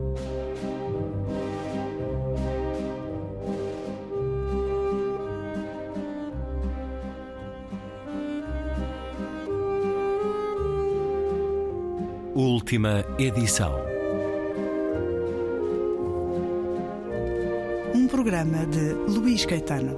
Última edição. Um programa de Luís Caetano.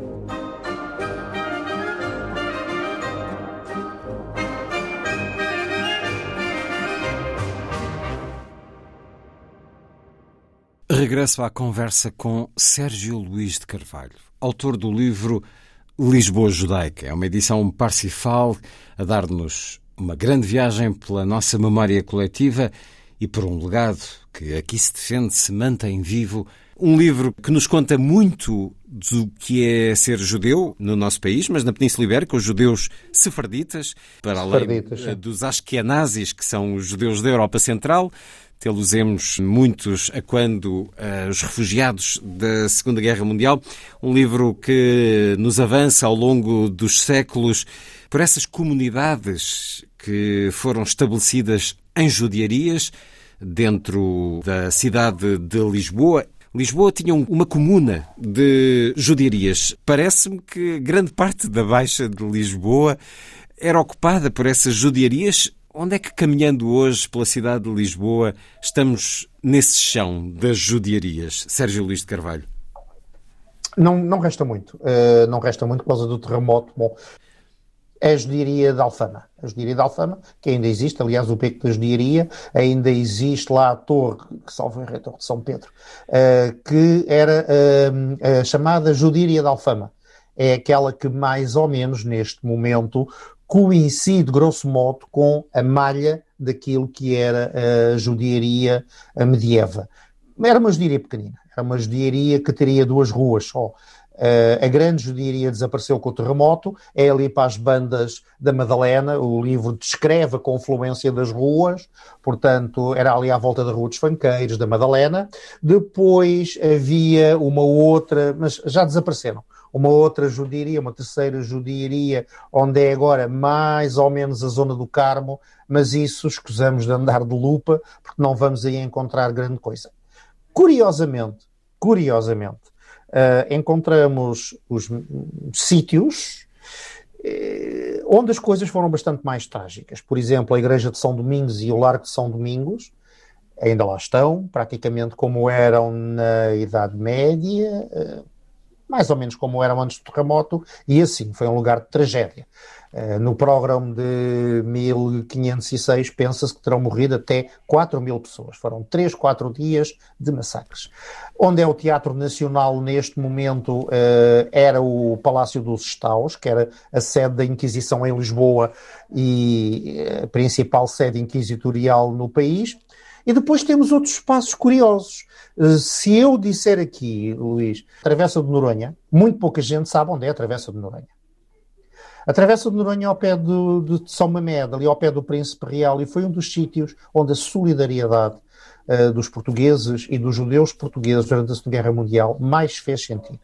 Regresso à conversa com Sérgio Luís de Carvalho, autor do livro Lisboa Judaica. É uma edição Parsifal a dar-nos uma grande viagem pela nossa memória coletiva e por um legado que aqui se defende, se mantém vivo. Um livro que nos conta muito do que é ser judeu no nosso país, mas na Península Ibérica, os judeus sefarditas, para além dos ashkenazis, que são os judeus da Europa Central. Tê-los-emos muitos a quando os refugiados da Segunda Guerra Mundial. Um livro que nos avança ao longo dos séculos por essas comunidades que foram estabelecidas em judiarias dentro da cidade de Lisboa. Lisboa tinha uma comuna de judiarias. Parece-me que grande parte da Baixa de Lisboa era ocupada por essas judiarias. Onde é que, caminhando hoje pela cidade de Lisboa, estamos nesse chão das judiarias? Sérgio Luís de Carvalho. Não resta muito. Não resta muito por causa do terremoto. Bom, é a judiaria de Alfama. A judiaria de Alfama, que ainda existe, aliás, o beco da judiaria, ainda existe lá a torre, que salvo erro, a torre de São Pedro, que era a chamada judiaria de Alfama. É aquela que, mais ou menos, neste momento, coincide, grosso modo, com a malha daquilo que era a judiaria medieval. Era uma judiaria pequenina, era uma judiaria que teria duas ruas só. A grande judiaria desapareceu com o terremoto, é ali para as bandas da Madalena, o livro descreve a confluência das ruas, portanto era ali à volta da Rua dos Fanqueiros, da Madalena. Depois havia uma outra, mas já desapareceram. Uma outra judiaria, uma terceira judiaria, onde é agora mais ou menos a zona do Carmo, mas isso escusamos de andar de lupa, porque não vamos aí encontrar grande coisa. Curiosamente, encontramos os sítios onde as coisas foram bastante mais trágicas. Por exemplo, a Igreja de São Domingos e o Largo de São Domingos ainda lá estão, praticamente como eram na Idade Média, mais ou menos como eram antes do terremoto, e assim, foi um lugar de tragédia. No programa de 1506, pensa-se que terão morrido até 4.000 pessoas. Foram 3, 4 dias de massacres. Onde é o Teatro Nacional neste momento era o Palácio dos Estaus, que era a sede da Inquisição em Lisboa e a principal sede inquisitorial no país. E depois temos outros espaços curiosos. Se eu disser aqui, Luís, a Travessa de Noronha, muito pouca gente sabe onde é a Travessa de Noronha. A Travessa de Noronha é ao pé de São Mamede, ali ao pé do Príncipe Real, e foi um dos sítios onde a solidariedade dos portugueses e dos judeus portugueses durante a Segunda Guerra Mundial mais fez sentido.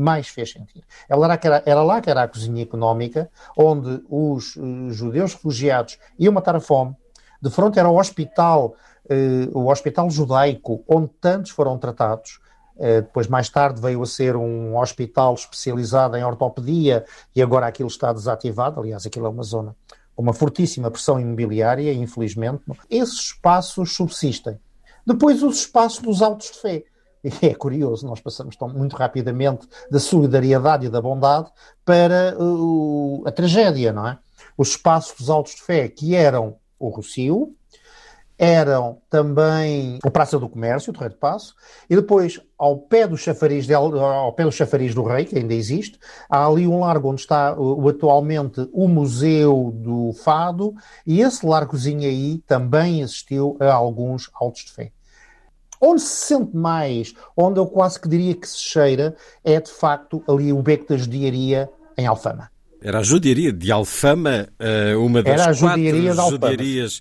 Era lá que era a cozinha económica, onde os judeus refugiados iam matar a fome. De frente era o hospital judaico, onde tantos foram tratados. Depois, mais tarde, veio a ser um hospital especializado em ortopedia e agora aquilo está desativado. Aliás, aquilo é uma zona com uma fortíssima pressão imobiliária, infelizmente. Esses espaços subsistem. Depois, os espaços dos autos de fé. E é curioso, nós passamos muito rapidamente da solidariedade e da bondade para a tragédia, não é? Os espaços dos autos de fé, que eram o Rossio, eram também a Praça do Comércio, o Terreiro de Paço, e depois, ao pé do chafariz do Rei, que ainda existe, há ali um largo onde está atualmente o Museu do Fado, e esse largozinho aí também assistiu a alguns autos de fé. Onde se sente mais, onde eu quase que diria que se cheira, é de facto ali o beco da judiaria em Alfama. Era a judiaria de Alfama, uma das 4 judiarias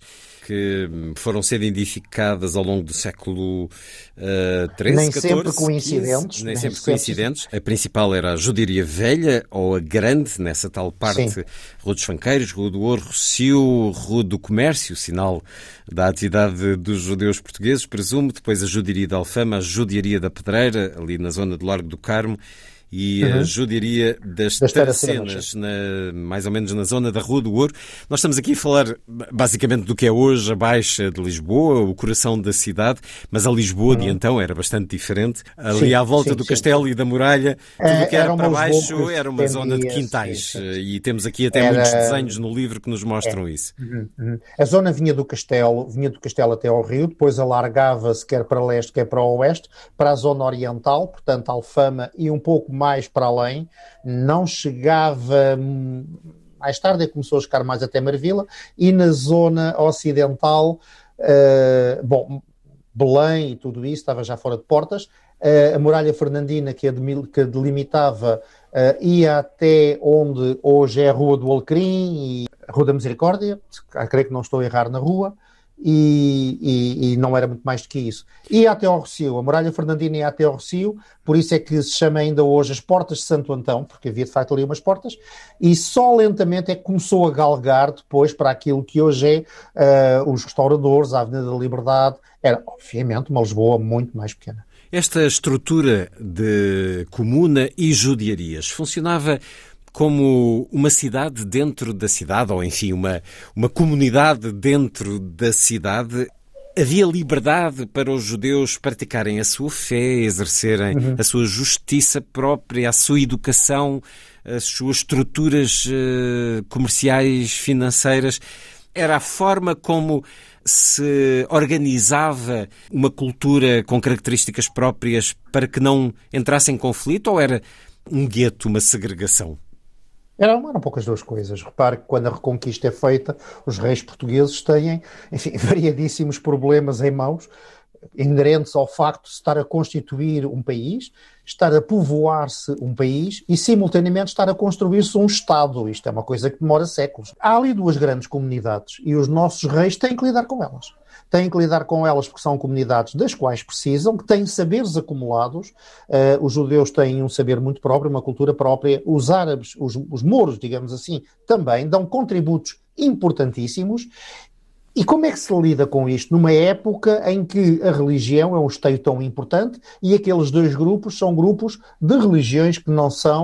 que foram sendo edificadas ao longo do século XIII, Nem XIV, sempre coincidentes. XV, nem sempre coincidentes. A principal era a Judiaria Velha, ou a Grande, nessa tal parte, Sim. Rua dos Fanqueiros, Rua do Ouro, Rossio, Rua do Comércio, sinal da atividade dos judeus portugueses, presumo. Depois a Judiaria da Alfama, a Judiaria da Pedreira, ali na zona do Largo do Carmo, e a Judiaria das Taracenas, mais ou menos na zona da Rua do Ouro. Nós estamos aqui a falar basicamente do que é hoje a Baixa de Lisboa, o coração da cidade, mas a Lisboa de então era bastante diferente. Ali à volta do castelo e da muralha, tudo o que era para baixo era uma zona de quintais. E temos aqui até muitos desenhos no livro que nos mostram isso. A zona vinha do castelo até ao rio, depois alargava-se quer para leste, quer para o oeste, para a zona oriental, portanto Alfama e um pouco mais para além, não chegava, mais tarde começou a chegar mais até Marvila, e na zona ocidental, Belém e tudo isso estava já fora de portas, a muralha fernandina que delimitava ia até onde hoje é a Rua do Alecrim e a Rua da Misericórdia, creio que não estou a errar na rua, e não era muito mais do que isso. Ia até ao Rossio, a muralha fernandina ia até ao Rossio, por isso é que se chama ainda hoje as Portas de Santo Antão, porque havia de facto ali umas portas, e só lentamente é que começou a galgar depois para aquilo que hoje é os restauradores, a Avenida da Liberdade. Era, obviamente, uma Lisboa muito mais pequena. Esta estrutura de comuna e judiarias funcionava como uma cidade dentro da cidade, ou enfim, uma comunidade dentro da cidade. Havia liberdade para os judeus praticarem a sua fé, exercerem a sua justiça própria, a sua educação, as suas estruturas comerciais, financeiras. Era a forma como se organizava uma cultura com características próprias para que não entrasse em conflito, ou era um gueto, uma segregação? Eram poucas duas coisas. Repare que quando a Reconquista é feita, os reis portugueses têm, enfim, variadíssimos problemas em mãos, inerentes ao facto de estar a constituir um país, estar a povoar-se um país e, simultaneamente, estar a construir-se um Estado. Isto é uma coisa que demora séculos. Há ali duas grandes comunidades e os nossos reis têm que lidar com elas. Têm que lidar com elas porque são comunidades das quais precisam, que têm saberes acumulados. Os judeus têm um saber muito próprio, uma cultura própria. Os árabes, os mouros, digamos assim, também dão contributos importantíssimos. E como é que se lida com isto? Numa época em que a religião é um esteio tão importante e aqueles dois grupos são grupos de religiões que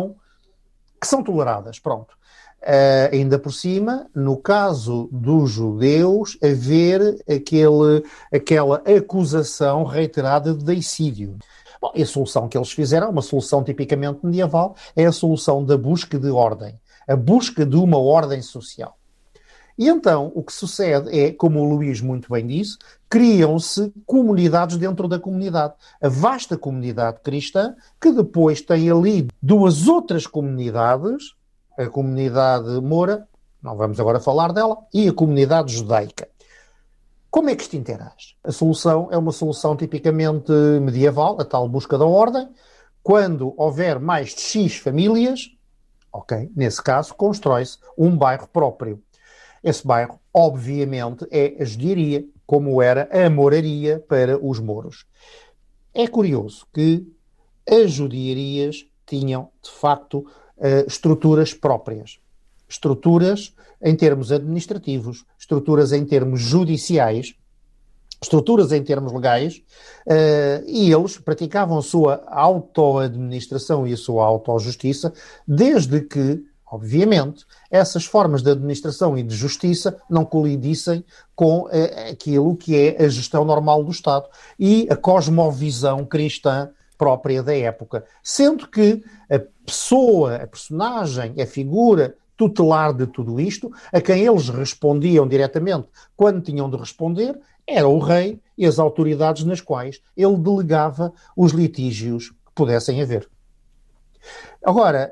são toleradas. Pronto. Ainda por cima, no caso dos judeus, haver aquela acusação reiterada de deicídio. Bom, e a solução que eles fizeram, uma solução tipicamente medieval, é a solução da busca de ordem, a busca de uma ordem social. E então, o que sucede é, como o Luís muito bem disse, criam-se comunidades dentro da comunidade. A vasta comunidade cristã, que depois tem ali duas outras comunidades, a comunidade moura, não vamos agora falar dela, e a comunidade judaica. Como é que isto interage? A solução é uma solução tipicamente medieval, a tal busca da ordem. Quando houver mais de X famílias, nesse caso, constrói-se um bairro próprio. Esse bairro, obviamente, é a judiaria, como era a moraria para os mouros. É curioso que as judiarias tinham, de facto, estruturas próprias. Estruturas em termos administrativos, estruturas em termos judiciais, estruturas em termos legais, e eles praticavam a sua auto-administração e a sua auto-justiça, desde que, obviamente, essas formas de administração e de justiça não colidissem com aquilo que é a gestão normal do Estado e a cosmovisão cristã própria da época. Sendo que a personagem, a figura tutelar de tudo isto, a quem eles respondiam diretamente quando tinham de responder, era o rei e as autoridades nas quais ele delegava os litígios que pudessem haver. Agora,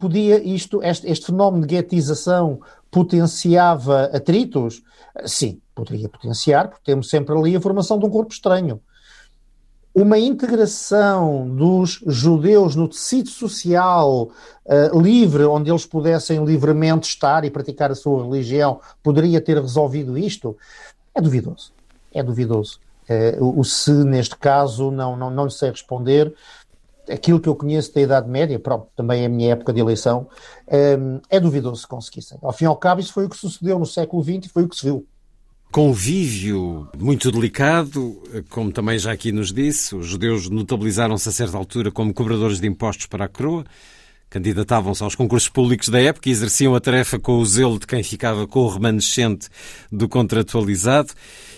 este fenómeno de guetização potenciava atritos? Sim, poderia potenciar, porque temos sempre ali a formação de um corpo estranho. Uma integração dos judeus no tecido social livre, onde eles pudessem livremente estar e praticar a sua religião, poderia ter resolvido isto? É duvidoso. É duvidoso. O se, neste caso, não lhe sei responder. Aquilo que eu conheço da Idade Média, pronto, também é a minha época de eleição, é duvidoso se conseguissem. Ao fim e ao cabo, isso foi o que sucedeu no século XX e foi o que se viu. Convívio muito delicado, como também já aqui nos disse, os judeus notabilizaram-se a certa altura como cobradores de impostos para a coroa, candidatavam-se aos concursos públicos da época e exerciam a tarefa com o zelo de quem ficava com o remanescente do contratualizado.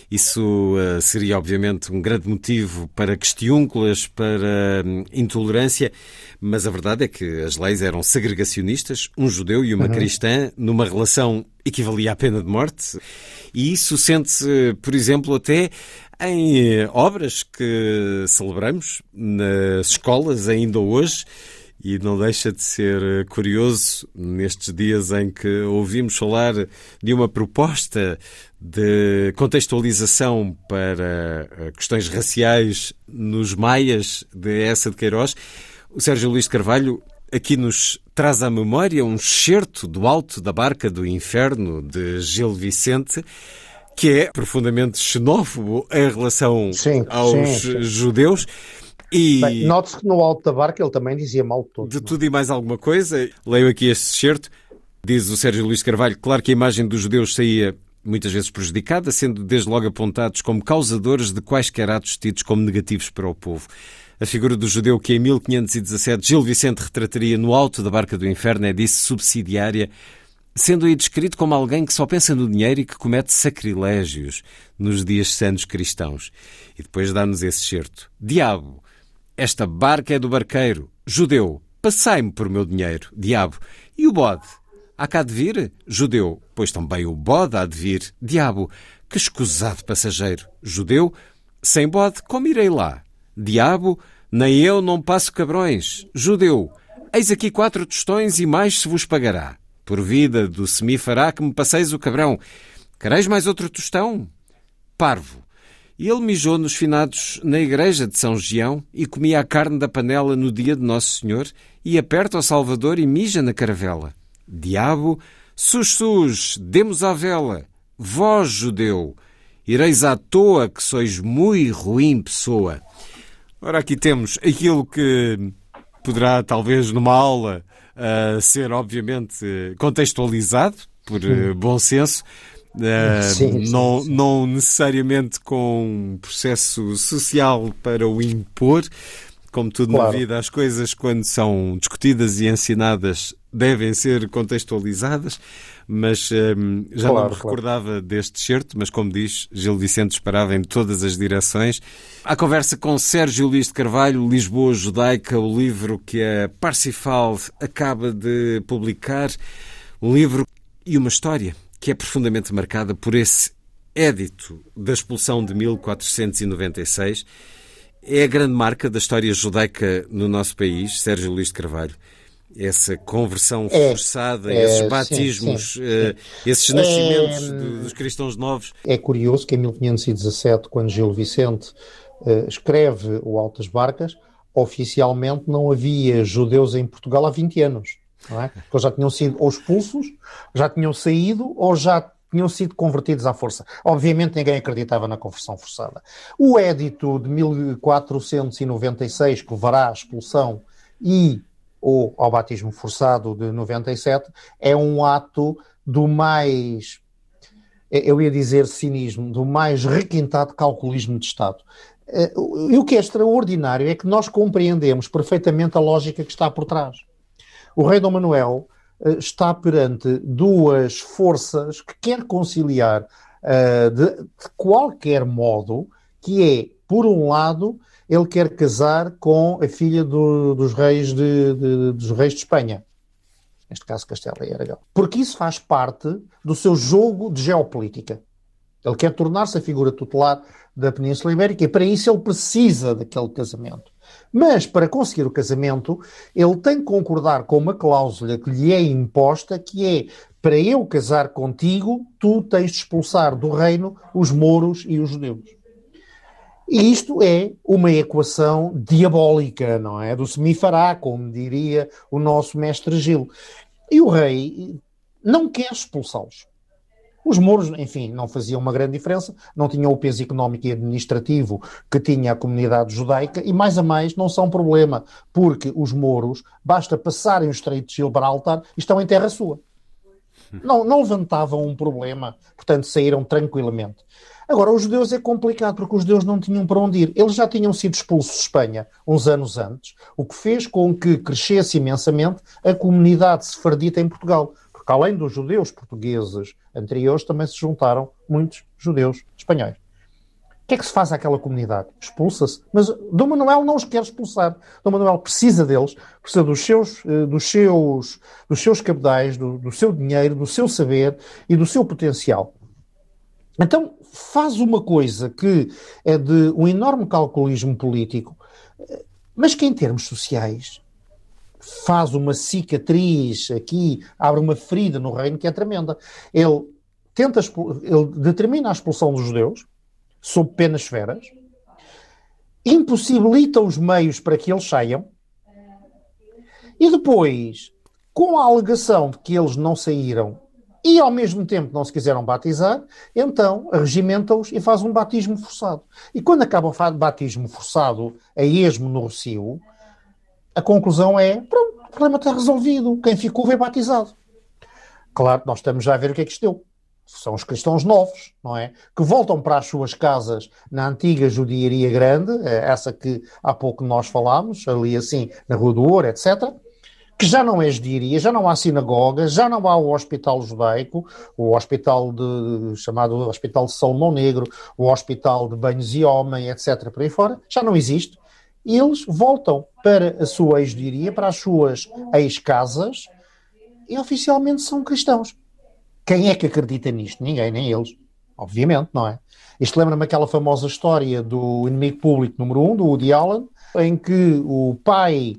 Isso seria, obviamente, um grande motivo para questiúnculas, para intolerância, mas a verdade é que as leis eram segregacionistas, um judeu e uma cristã, numa relação equivalia à pena de morte, e isso sente-se, por exemplo, até em obras que celebramos nas escolas ainda hoje. E não deixa de ser curioso, nestes dias em que ouvimos falar de uma proposta de contextualização para questões raciais nos maias de Eça de Queiroz, o Sérgio Luís de Carvalho aqui nos traz à memória um excerto do Alto da Barca do Inferno, de Gil Vicente, que é profundamente xenófobo em relação aos judeus. E bem, note-se que no Alto da Barca ele também dizia mal de tudo. De tudo e mais alguma coisa. Leio aqui este excerto. Diz o Sérgio Luís Carvalho: claro que a imagem dos judeus saía muitas vezes prejudicada, sendo desde logo apontados como causadores de quaisquer atos tidos como negativos para o povo. A figura do judeu que em 1517 Gil Vicente retrataria no Alto da Barca do Inferno é disso subsidiária, sendo aí descrito como alguém que só pensa no dinheiro e que comete sacrilégios nos dias santos cristãos. E depois dá-nos esse excerto: diabo, esta barca é do barqueiro. Judeu, passai-me por meu dinheiro. Diabo, e o bode? Há cá de vir? Judeu, pois também o bode há de vir. Diabo, que escusado passageiro. Judeu, sem bode, como irei lá? Diabo, nem eu não passo cabrões. Judeu, eis aqui 4 tostões e mais se vos pagará. Por vida do semi fará que me passeis o cabrão. Quereis mais outro tostão? Parvo. E ele mijou nos finados na igreja de São Gião e comia a carne da panela no dia de Nosso Senhor e aperta ao Salvador e mija na caravela. Diabo, sus, demos à vela. Vós, judeu, ireis à toa que sois muito ruim pessoa. Ora, aqui temos aquilo que poderá, talvez, numa aula, ser, obviamente, contextualizado por bom senso, não necessariamente com um processo social para o impor. Como tudo na vida, as coisas, quando são discutidas e ensinadas, devem ser contextualizadas, mas já não me recordava deste excerto, mas como diz, Gil Vicente disparava em todas as direções. À conversa com Sérgio Luís de Carvalho, Lisboa Judaica, o livro que a Parsifal acaba de publicar, um livro e uma história que é profundamente marcada por esse édito da expulsão de 1496. É a grande marca da história judaica no nosso país, Sérgio Luís de Carvalho. Essa conversão forçada, esses batismos, esses nascimentos dos cristãos novos. É curioso que em 1517, quando Gil Vicente escreve o Alto das Barcas, oficialmente não havia judeus em Portugal há 20 anos. Não é? Porque já tinham sido ou expulsos, já tinham saído ou já tinham sido convertidos à força. Obviamente ninguém acreditava na conversão forçada. O édito de 1496, que levará à expulsão ou ao batismo forçado de 97, é um ato do mais, eu ia dizer cinismo, do mais requintado calculismo de Estado. E o que é extraordinário é que nós compreendemos perfeitamente a lógica que está por trás. O rei Dom Manuel está perante duas forças que quer conciliar de qualquer modo, que é, por um lado, ele quer casar com a filha dos reis de Espanha, neste caso Castela e Aragão, porque isso faz parte do seu jogo de geopolítica. Ele quer tornar-se a figura tutelar da Península Ibérica e para isso ele precisa daquele casamento. Mas para conseguir o casamento ele tem que concordar com uma cláusula que lhe é imposta, que é: para eu casar contigo, tu tens de expulsar do reino os mouros e os judeus. E isto é uma equação diabólica, não é? Do semifará, como diria o nosso mestre Gil. E o rei não quer expulsá-los. Os mouros, enfim, não faziam uma grande diferença, não tinham o peso económico e administrativo que tinha a comunidade judaica e, mais a mais, não são problema, porque os mouros, basta passarem o Estreito de Gibraltar e estão em terra sua. Não levantavam um problema, portanto saíram tranquilamente. Agora, os judeus é complicado, porque os judeus não tinham para onde ir. Eles já tinham sido expulsos de Espanha uns anos antes, o que fez com que crescesse imensamente a comunidade sefardita em Portugal. Porque além dos judeus portugueses anteriores, também se juntaram muitos judeus espanhóis. O que é que se faz àquela comunidade? Expulsa-se. Mas Dom Manuel não os quer expulsar. Dom Manuel precisa deles, precisa dos seus cabedais, do seu dinheiro, do seu saber e do seu potencial. Então faz uma coisa que é de um enorme calculismo político, mas que em termos sociais faz uma cicatriz aqui, abre uma ferida no reino que é tremenda. Ele determina a expulsão dos judeus, sob penas severas, impossibilita os meios para que eles saiam, e depois, com a alegação de que eles não saíram e ao mesmo tempo não se quiseram batizar, então regimenta-os e faz um batismo forçado. E quando acaba o batismo forçado a esmo no Rossio, a conclusão é, pronto, o problema está resolvido, quem ficou foi batizado. Claro, nós estamos já a ver o que é que isto deu. São os cristãos novos, não é? Que voltam para as suas casas na antiga judiaria grande, essa que há pouco nós falámos, ali assim, na Rua do Ouro, etc., que já não é judiaria, já não há sinagoga, já não há o hospital judaico, o hospital chamado Hospital de Salomão Negro, o hospital de banhos e homem, etc., por aí fora, já não existe. E eles voltam para a sua ex-judiaria, para as suas ex-casas, e oficialmente são cristãos. Quem é que acredita nisto? Ninguém, nem eles. Obviamente, não é? Isto lembra-me aquela famosa história do Inimigo Público número 1, do Woody Allen, em que o pai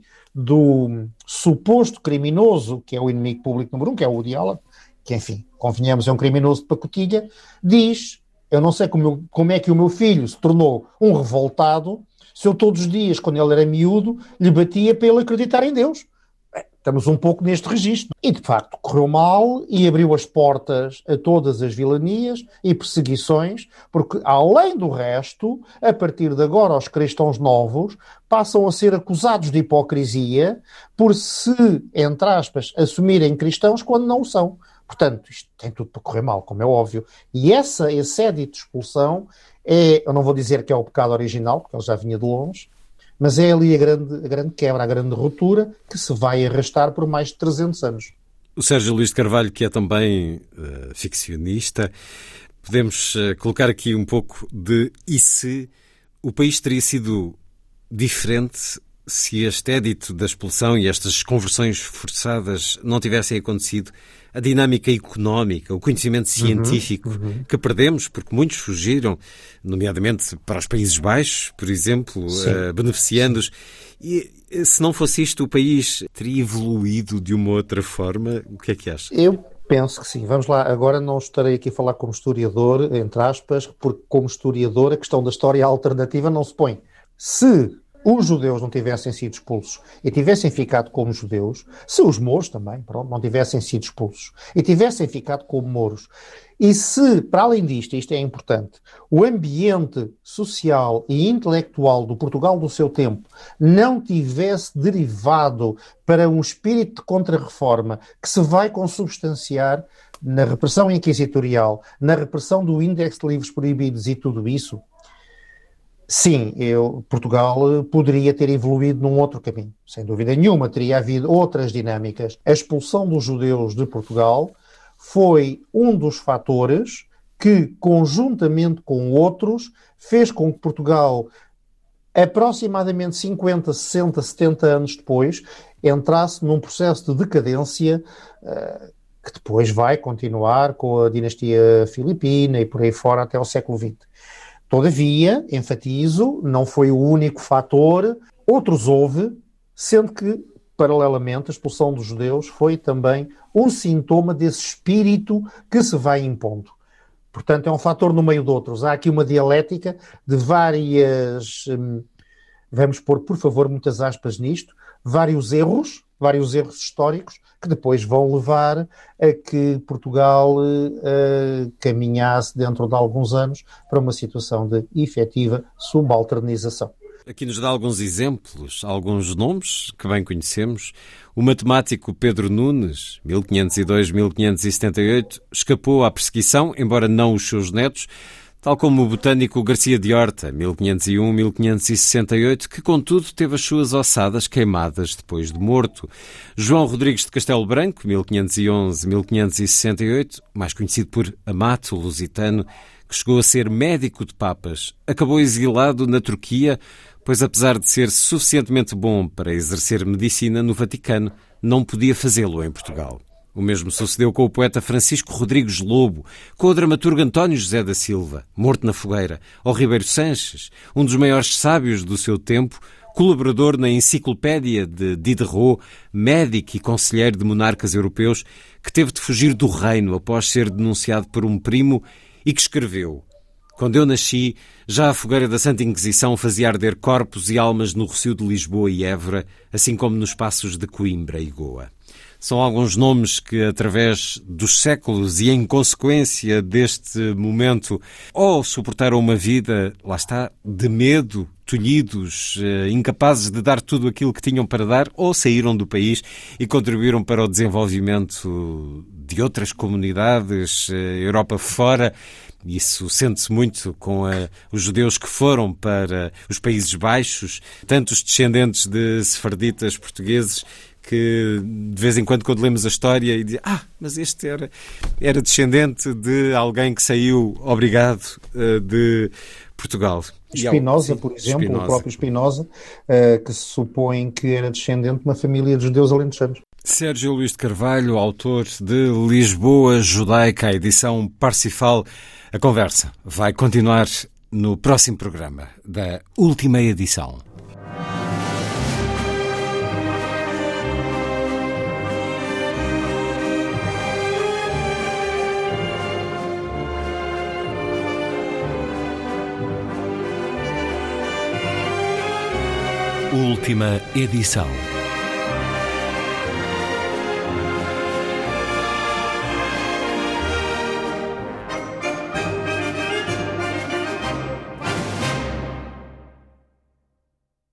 do suposto criminoso, que é o inimigo público número 1, que é o Woody Allen, que, enfim, convenhamos, é um criminoso de pacotilha, diz, eu não sei como é que o meu filho se tornou um revoltado, se eu todos os dias, quando ele era miúdo, lhe batia para ele acreditar em Deus. Estamos um pouco neste registro. E, de facto, correu mal e abriu as portas a todas as vilanias e perseguições, porque, além do resto, a partir de agora, os cristãos novos passam a ser acusados de hipocrisia por se, entre aspas, assumirem cristãos quando não o são. Portanto, isto tem tudo para correr mal, como é óbvio. E esse édito de expulsão eu não vou dizer que é o pecado original, porque ele já vinha de longe, mas é ali a grande quebra, a grande ruptura que se vai arrastar por mais de 300 anos. O Sérgio Luís de Carvalho, que é também ficcionista, podemos colocar aqui um pouco de e se o país teria sido diferente se este édito da expulsão e estas conversões forçadas não tivessem acontecido? A dinâmica económica, o conhecimento científico que perdemos, porque muitos fugiram, nomeadamente para os Países Baixos, por exemplo, beneficiando-os. E se não fosse isto, o país teria evoluído de uma outra forma? O que é que acha? Eu penso que sim. Vamos lá, agora não estarei aqui a falar como historiador, entre aspas, porque como historiador a questão da história alternativa não se põe. Se os judeus não tivessem sido expulsos e tivessem ficado como judeus, se os mouros também, pronto, não tivessem sido expulsos e tivessem ficado como mouros, e se, para além disto, isto é importante, o ambiente social e intelectual do Portugal do seu tempo não tivesse derivado para um espírito de contra-reforma que se vai consubstanciar na repressão inquisitorial, na repressão do índice de livros proibidos e tudo isso, sim, Portugal poderia ter evoluído num outro caminho, sem dúvida nenhuma, teria havido outras dinâmicas. A expulsão dos judeus de Portugal foi um dos fatores que, conjuntamente com outros, fez com que Portugal, aproximadamente 50, 60, 70 anos depois, entrasse num processo de decadência que depois vai continuar com a dinastia filipina e por aí fora até ao século XX. Todavia, enfatizo, não foi o único fator, outros houve, sendo que, paralelamente, a expulsão dos judeus foi também um sintoma desse espírito que se vai impondo. Portanto, é um fator no meio de outros. Há aqui uma dialética de várias vamos pôr, por favor, muitas aspas nisto, vários erros históricos que depois vão levar a que Portugal caminhasse dentro de alguns anos para uma situação de efetiva subalternização. Aqui nos dá alguns exemplos, alguns nomes que bem conhecemos. O matemático Pedro Nunes, 1502-1578, escapou à perseguição, embora não os seus netos, tal como o botânico Garcia de Horta, 1501-1568, que contudo teve as suas ossadas queimadas depois de morto. João Rodrigues de Castelo Branco, 1511-1568, mais conhecido por Amato Lusitano, que chegou a ser médico de papas, acabou exilado na Turquia, pois apesar de ser suficientemente bom para exercer medicina no Vaticano, não podia fazê-lo em Portugal. O mesmo sucedeu com o poeta Francisco Rodrigues Lobo, com o dramaturgo António José da Silva, morto na fogueira, ou Ribeiro Sanches, um dos maiores sábios do seu tempo, colaborador na enciclopédia de Diderot, médico e conselheiro de monarcas europeus, que teve de fugir do reino após ser denunciado por um primo e que escreveu: "Quando eu nasci, já a fogueira da Santa Inquisição fazia arder corpos e almas no Rossio de Lisboa e Évora, assim como nos passos de Coimbra e Goa." São alguns nomes que, através dos séculos e em consequência deste momento, ou suportaram uma vida, lá está, de medo, tolhidos, incapazes de dar tudo aquilo que tinham para dar, ou saíram do país e contribuíram para o desenvolvimento de outras comunidades, Europa fora. Isso sente-se muito com os judeus que foram para os Países Baixos, tantos descendentes de sefarditas portugueses, que de vez em quando lemos a história e dizem: mas este era descendente de alguém que saiu, obrigado, de Portugal. Spinoza, por exemplo, o próprio Spinoza, que se supõe que era descendente de uma família de judeus alentejanos. Sérgio Luís de Carvalho, autor de Lisboa Judaica, a edição Parsifal. A conversa vai continuar no próximo programa da última edição. Última edição.